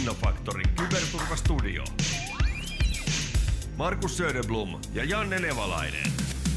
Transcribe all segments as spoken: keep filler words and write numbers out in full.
Innofaktorin Kyberturvastudio. Markus Söderblom ja Janne Nevalainen.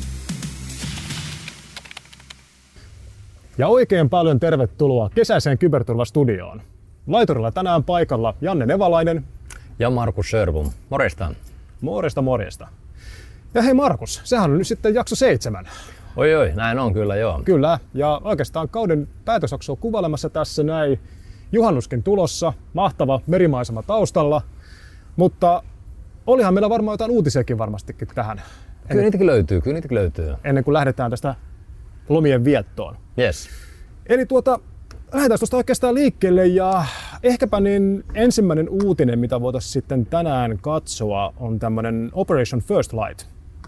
Ja oikein paljon tervetuloa kesäiseen Kyberturvastudioon. Laiturilla tänään paikalla Janne Nevalainen ja Markus Söderblom. Morjesta. Morjesta, morjesta. Ja hei Markus, sehän on nyt sitten jakso seitsemän. Oi oi, näin on kyllä joo. Kyllä, ja oikeastaan kauden päätösjakso on kuvailemassa tässä näin. Juhannuskin tulossa, mahtava merimaisema taustalla, mutta olihan meillä varmaan jotain uutisiakin varmastikin tähän. Kyllä niitäkin löytyy, kyllä niitäkin löytyy. Ennen kuin lähdetään tästä lomien viettoon. Yes. Eli tuota, lähdetään tuosta oikeastaan liikkeelle ja ehkäpä niin ensimmäinen uutinen, mitä voitaisiin sitten tänään katsoa, on tämmöinen Operation First Light.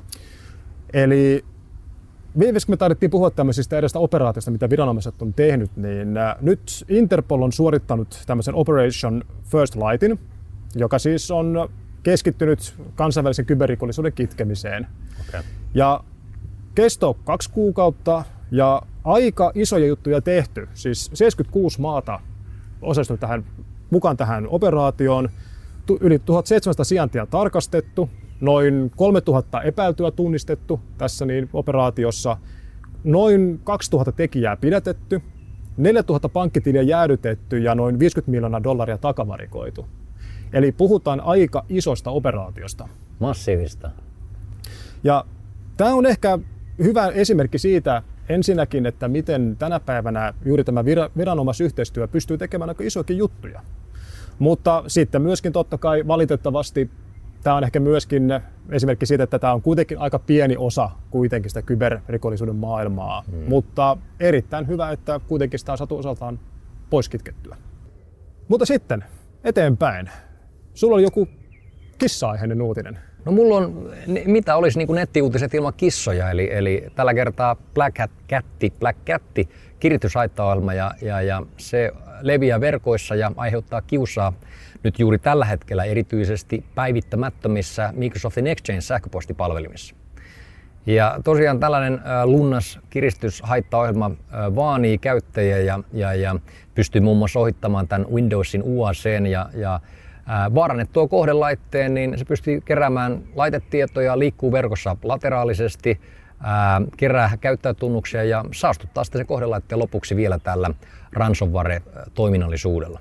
Eli viimeksi me taidettiin puhua tämmöisistä edestä operaatioista, mitä viranomaiset on tehnyt, niin nyt Interpol on suorittanut tämmöisen Operation First Lightin, joka siis on keskittynyt kansainvälisen kyberrikollisuuden kitkemiseen. Okay. Ja kesto kaksi kuukautta ja aika isoja juttuja tehty. Siis seitsemänkymmentäkuusi maata osallistunut tähän, mukaan tähän operaatioon, yli tuhatseitsemänsataa sijaintia tarkastettu, noin kolmetuhatta epäiltyä tunnistettu tässä niin operaatiossa, noin kaksituhatta tekijää pidätetty, neljätuhatta pankkitiliä jäädytetty ja noin viisikymmentä miljoonaa dollaria takavarikoitu. Eli puhutaan aika isosta operaatiosta. Massiivista. Ja tämä on ehkä hyvä esimerkki siitä ensinnäkin, että miten tänä päivänä juuri tämä viranomaisyhteistyö pystyy tekemään aika isoakin juttuja. Mutta sitten myöskin totta kai valitettavasti tämä on ehkä myöskin esimerkki siitä, että tämä on kuitenkin aika pieni osa kuitenkin sitä kyberrikollisuuden maailmaa, hmm. mutta erittäin hyvä, että kuitenkin sitä on saatu osaltaan pois kitkettyä. Mutta sitten eteenpäin. Sulla oli joku kissa-aiheinen uutinen. No mulla on, mitä olisi niin kuin nettiuutiset ilman kissoja, eli, eli tällä kertaa Black Hat Catti, Black Catti, kirityshaittaohjelma ja, ja, ja se leviää verkoissa ja aiheuttaa kiusaa nyt juuri tällä hetkellä erityisesti päivittämättömissä Microsoftin Exchange sähköpostipalvelimissa. Ja tosiaan tällainen äh, lunnas kiristyshaittaohjelma äh, vaanii käyttäjiä ja, ja, ja pystyy muun muassa ohittamaan tämän Windowsin U A C:n ja, ja äh, vaarannettua kohdelaitteen, niin se pystyy keräämään laitetietoja, liikkuu verkossa lateraalisesti, äh, kerää käyttäjätunnuksia ja saastuttaa sitten sen kohdelaitteen lopuksi vielä tällä ransomware-toiminnallisuudella.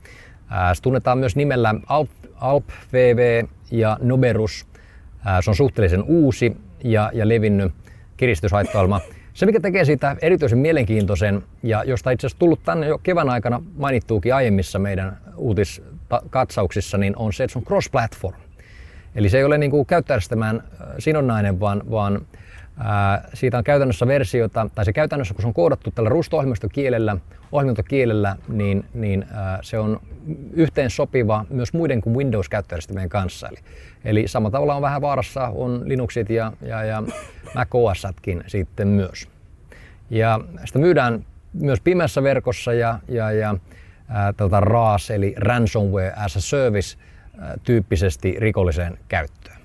Se tunnetaan myös nimellä Alp V V ja Noberus. Se on suhteellisen uusi ja, ja levinnyt kiristyshaittaohjelma. Se, mikä tekee siitä erityisen mielenkiintoisen ja josta itse asiassa tullut tänne jo kevään aikana mainittuukin aiemmissa meidän uutiskatsauksissa, niin on se, että se on cross-platform. Eli se ei ole niin kuin käyttäjärjestelmään sidonnainen, vaan, vaan ää, siitä on käytännössä versiota, tai se käytännössä, kun se on koodattu tällä Rust-ohjelmistokielellä, ohjelmistokielellä, niin, niin ää, se on yhteen sopiva myös muiden kuin Windows-käyttäjärjestelmien kanssa. Eli, eli samalla tavalla on vähän vaarassa on Linuxit ja, ja, ja Mac O S:tkin sitten myös. Ja sitä myydään myös pimeässä verkossa ja, ja, ja ää, tota R A S eli Ransomware as a Service ää, tyyppisesti rikolliseen käyttöön.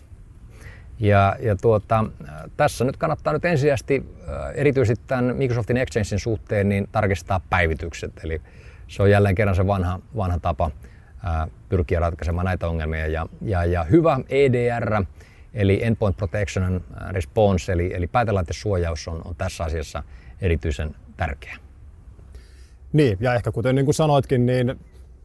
Ja, ja tuota, tässä nyt kannattaa nyt ensisijaisesti erityisesti tämän Microsoftin Exchangein suhteen niin tarkistaa päivitykset. Eli se on jälleen kerran se vanha, vanha tapa ää, pyrkiä ratkaisemaan näitä ongelmia. Ja, ja, ja hyvä E D R, eli Endpoint Protection and Response, eli, eli päätelaitesuojaus on, on tässä asiassa erityisen tärkeä. Niin, ja ehkä kuten niin kuin sanoitkin, niin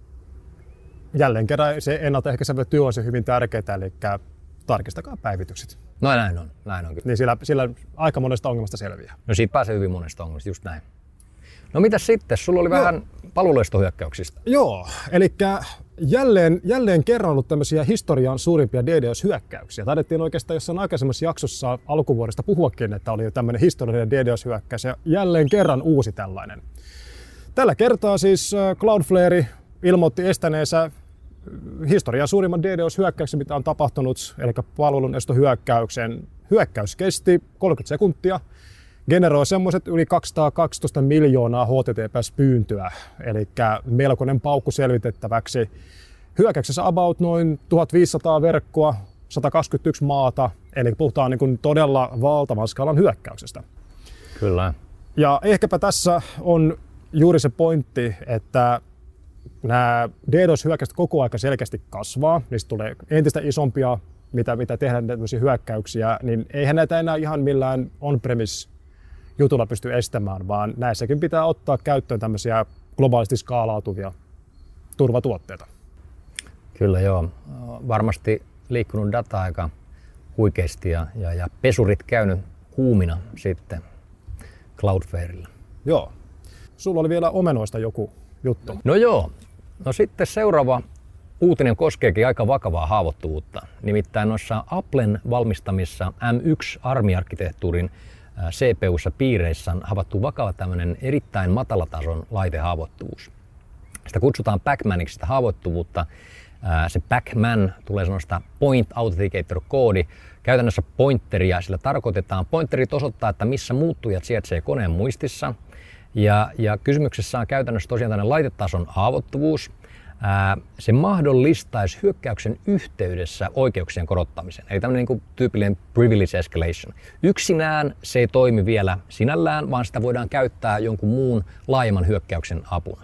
jälleen kerran se ennaltaehkäisevä työ on se hyvin tärkeää, eli tarkistakaa päivitykset. No näin on, näin on kyllä. Niin sillä, sillä aika monesta ongelmasta selviää. No siitä pääsee hyvin monesta ongelmasta, just näin. No mitäs sitten? Sulla oli Joo. vähän paluleistohyökkäyksistä. Joo, eli jälleen, jälleen kerran ollut tämmöisiä historian suurimpia D DoS-hyökkäyksiä. Taidettiin oikeastaan jossain aikaisemmassa jaksossa alkuvuodesta puhuakin, että oli jo tämmöinen historiallinen D DoS-hyökkäys ja jälleen kerran uusi tällainen. Tällä kertaa siis Cloudflare ilmoitti estäneensä historian suurimman D DoS-hyökkäyksen, mitä on tapahtunut, eli palvelun estohyökkäyksen. Hyökkäys kesti kolmekymmentä sekuntia, generoi semmoiset yli kaksisataakaksitoista miljoonaa H T T P S-pyyntöä, eli melkoinen paukku selvitettäväksi. Hyökkäyksessä about noin tuhatviisisataa verkkoa, sata kaksikymmentäyksi maata, eli puhutaan niin kuin todella valtavan skaalan hyökkäyksestä. Kyllä. Ja ehkäpä tässä on juuri se pointti, että nämä DDoS-hyökkäykset koko aika selkeästi kasvaa, niistä tulee entistä isompia, mitä, mitä tehdään tämmöisiä hyökkäyksiä, niin eihän näitä enää ihan millään on-premise jutulla pysty estämään, vaan näissäkin pitää ottaa käyttöön tämmöisiä globaalisti skaalautuvia turvatuotteita. Kyllä joo. Varmasti liikkunut data aika huikeasti ja, ja, ja pesurit käynyt kuumina sitten Cloudflarella. Joo. Sulla oli vielä omenoista joku juttu. No joo. No sitten seuraava uutinen koskeekin aika vakavaa haavoittuvuutta. Nimittäin noissa Applen valmistamissa M yksi ARMI-arkkitehtuurin C P U:ssa piireissä on havaittu vakava tämmöinen erittäin matalatason laitehaavoittuvuus. Sitä kutsutaan Pacmaniksi sitä haavoittuvuutta. Se Pacman tulee sanosta Point Authenticator-koodi. Käytännössä pointeria sillä tarkoitetaan. Pointerit osoittaa, että missä muuttujat sijaitsee koneen muistissa. Ja, ja kysymyksessä on käytännössä tosiaan tämmöinen laitetason haavoittuvuus. Ää, se mahdollistaisi hyökkäyksen yhteydessä oikeuksien korottamisen. Eli tämmöinen niin kuin tyypillinen privilege escalation. Yksinään se ei toimi vielä sinällään, vaan sitä voidaan käyttää jonkun muun laajemman hyökkäyksen apuna.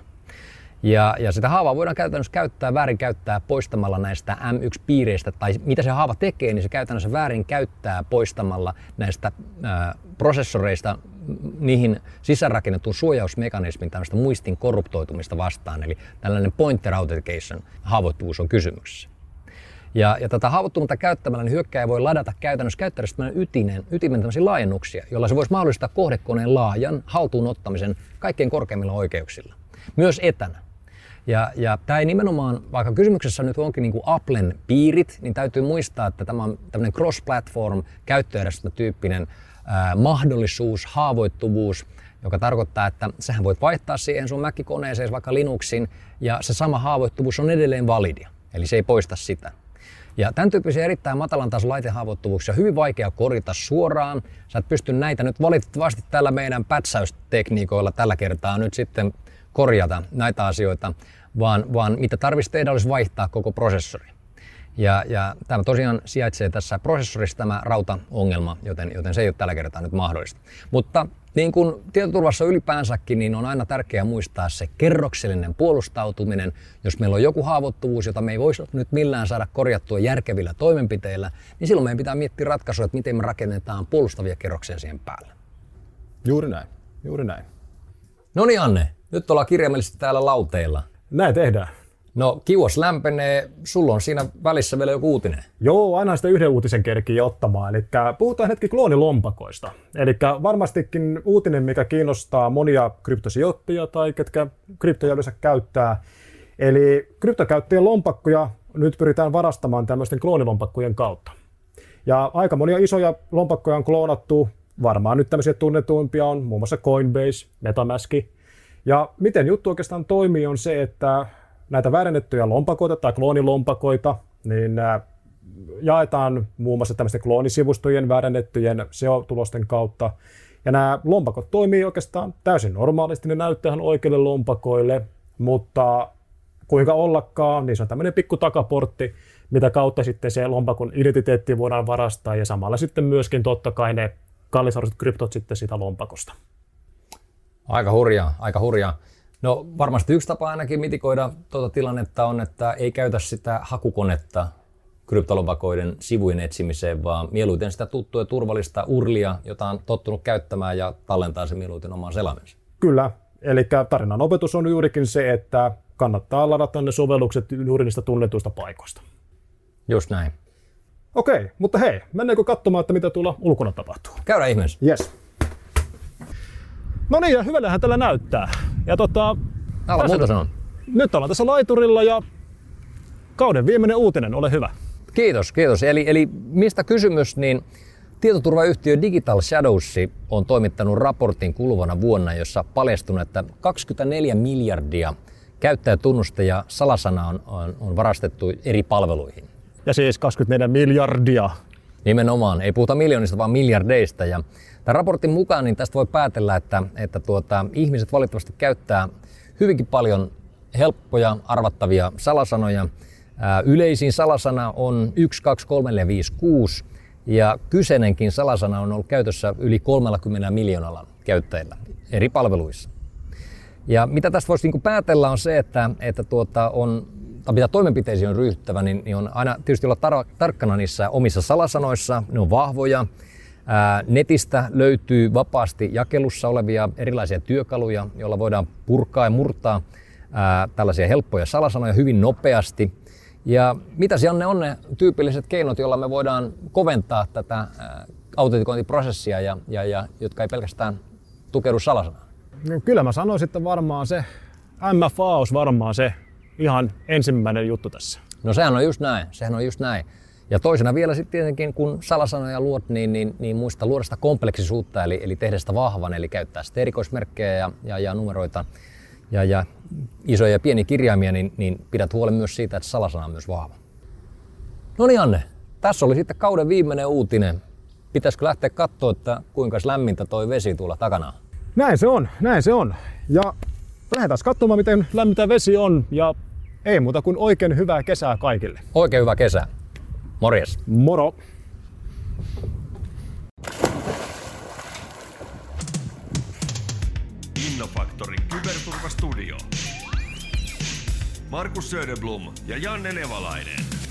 Ja, ja sitä haavaa voidaan käytännössä käyttää, väärin käyttää poistamalla näistä M yksi piireistä, tai mitä se haava tekee, niin se käytännössä väärin käyttää poistamalla näistä ää, prosessoreista niihin sisäänrakennetun suojausmekanismin tämmöistä muistin korruptoitumista vastaan, eli tällainen pointer authentication haavoittuvuus on kysymyksessä. Ja, ja tätä haavoittuvuutta käyttämällä niin hyökkääjä voi ladata käytännössä käyttäjästä ytinen, ytimen tämmöisiä laajennuksia, joilla se voisi mahdollistaa kohdekoneen laajan haltuun ottamisen kaikkein korkeimmilla oikeuksilla, myös etänä. Ja, ja tämä ei nimenomaan, vaikka kysymyksessä nyt onkin niin kuin Applen piirit, niin täytyy muistaa, että tämä on tämmöinen cross-platform käyttöjärjestelmätyyppinen ää, mahdollisuus, haavoittuvuus, joka tarkoittaa, että sähän voit vaihtaa siihen sun Mac-koneeseen vaikka Linuxin, ja se sama haavoittuvuus on edelleen validia, eli se ei poista sitä. Ja tämän tyyppisiä erittäin matalan tason laitehaavoittuvuuksia on hyvin vaikea korjata suoraan. Sä et pysty näitä nyt valitettavasti tällä meidän pätsäystekniikoilla tällä kertaa nyt sitten korjata näitä asioita, vaan, vaan mitä tarvitsisi tehdä olisi vaihtaa koko prosessori. Ja, ja tämä tosiaan sijaitsee tässä prosessorissa tämä rautaongelma, joten, joten se ei ole tällä kertaa nyt mahdollista. Mutta niin kuin tietoturvassa ylipäänsäkin, niin on aina tärkeää muistaa se kerroksellinen puolustautuminen. Jos meillä on joku haavoittuvuus, jota me ei voisi nyt millään saada korjattua järkevillä toimenpiteillä, niin silloin meidän pitää miettiä ratkaisuja, että miten me rakennetaan puolustavia kerroksia siihen päälle. Juuri näin, juuri näin. No niin Anne, nyt ollaan kirjaimellisesti täällä lauteilla. Näin tehdään. No kiuas lämpenee, sulla on siinä välissä vielä joku uutinen. Joo, aina sitä yhden uutisen kerkii ottamaan. Eli puhutaan hetki kloonilompakoista. Eli varmastikin uutinen, mikä kiinnostaa monia kryptosijoittajia tai ketkä kryptoja yleensä käyttää. Eli kryptokäyttäjien lompakkoja nyt pyritään varastamaan tämmöisten kloonilompakkojen kautta. Ja aika monia isoja lompakkoja on kloonattu. Varmaan nyt tämmöisiä tunnetuimpia on muun muassa Coinbase, Metamask. Ja miten juttu oikeastaan toimii on se, että näitä väärennettyjä lompakoita tai kloonilompakoita niin jaetaan muun muassa tämmöisten kloonisivustojen väärennettyjen S E O-tulosten kautta. Ja nämä lompakot toimii oikeastaan täysin normaalisti, ne näyttää oikeille lompakoille, mutta kuinka ollakaan, niin se on tämmöinen pikku takaportti, mitä kautta sitten se lompakon identiteetti voidaan varastaa ja samalla sitten myöskin totta kai ne kallisarvoiset kryptot sitten siitä lompakosta. Aika hurjaa, aika hurjaa. No varmasti yksi tapa ainakin mitikoida tuota tilannetta on, että ei käytä sitä hakukonetta kryptolompakoiden sivujen etsimiseen, vaan mieluiten sitä tuttua ja turvallista urlia, jota on tottunut käyttämään ja tallentaa se mieluiten omaan selaimensa. Kyllä, eli tarinan opetus on juurikin se, että kannattaa ladata ne sovellukset juuri niistä tunnetuista paikoista. Just näin. Okei, mutta hei, mennäänkö katsomaan, että mitä tuolla ulkona tapahtuu? Käydään ihmeessä. Yes. No niin, ja hyvällähän tällä näyttää. Ja tota, Älä muuta sanon. Nyt ollaan tässä laiturilla ja kauden viimeinen uutinen, ole hyvä. Kiitos, kiitos. Eli, eli mistä kysymys, niin tietoturvayhtiö Digital Shadows on toimittanut raportin kuluvana vuonna, jossa paljastui, että kaksikymmentäneljä miljardia käyttäjätunnusta ja salasana on, on, on varastettu eri palveluihin. Ja siis kaksikymmentäneljä miljardia. Nimenomaan, ei puhuta miljoonista, vaan miljardeista. Ja tämän raportin mukaan niin tästä voi päätellä, että, että tuota, ihmiset valitettavasti käyttää hyvinkin paljon helppoja, arvattavia salasanoja. Ää, yleisin salasana on yksi kaksi kolme neljä viisi kuusi ja kyseinenkin salasana on ollut käytössä yli kolmekymmentä miljoonalla käyttäjällä eri palveluissa. Ja mitä tästä voisi niin päätellä on se, että, että tuota on, tai mitä toimenpiteisiin on ryhtyvä, niin, niin on aina tietysti olla tar- tarkkana niissä omissa salasanoissa, ne on vahvoja. Ää, netistä löytyy vapaasti jakelussa olevia erilaisia työkaluja, joilla voidaan purkaa ja murtaa ää, tällaisia helppoja salasanoja hyvin nopeasti. Ja mitä Janne on ne tyypilliset keinot, joilla me voidaan koventaa tätä ää, autentikointiprosessia, ja, ja, ja, jotka ei pelkästään tukeudu salasanaan? No, kyllä mä sanoisin, että varmaan se M F A olisi varmaan se ihan ensimmäinen juttu tässä. No sehän on just näin, sehän on just näin. Ja toisena vielä sitten tietenkin, kun salasanoja luot, niin, niin, niin muista luoda sitä kompleksisuutta, eli, eli tehdä sitä vahvan, eli käyttää sitten erikoismerkkejä ja, ja, ja numeroita ja, ja isoja ja pieniä kirjaimia, niin, niin pidät huolen myös siitä, että salasana on myös vahva. No niin Anne, tässä oli sitten kauden viimeinen uutinen. Pitäisikö lähteä katsoa, että kuinka lämmintä toi vesi tuolla takana? Näin se on, näin se on. Ja lähdetään katsomaan, miten lämmintä vesi on, ja ei muuta kuin oikein hyvää kesää kaikille. Oikein hyvää kesää. Morjes. Moro. Innofaktorin Kyberturvastudio. Markus Söderblom ja Janne Nevalainen.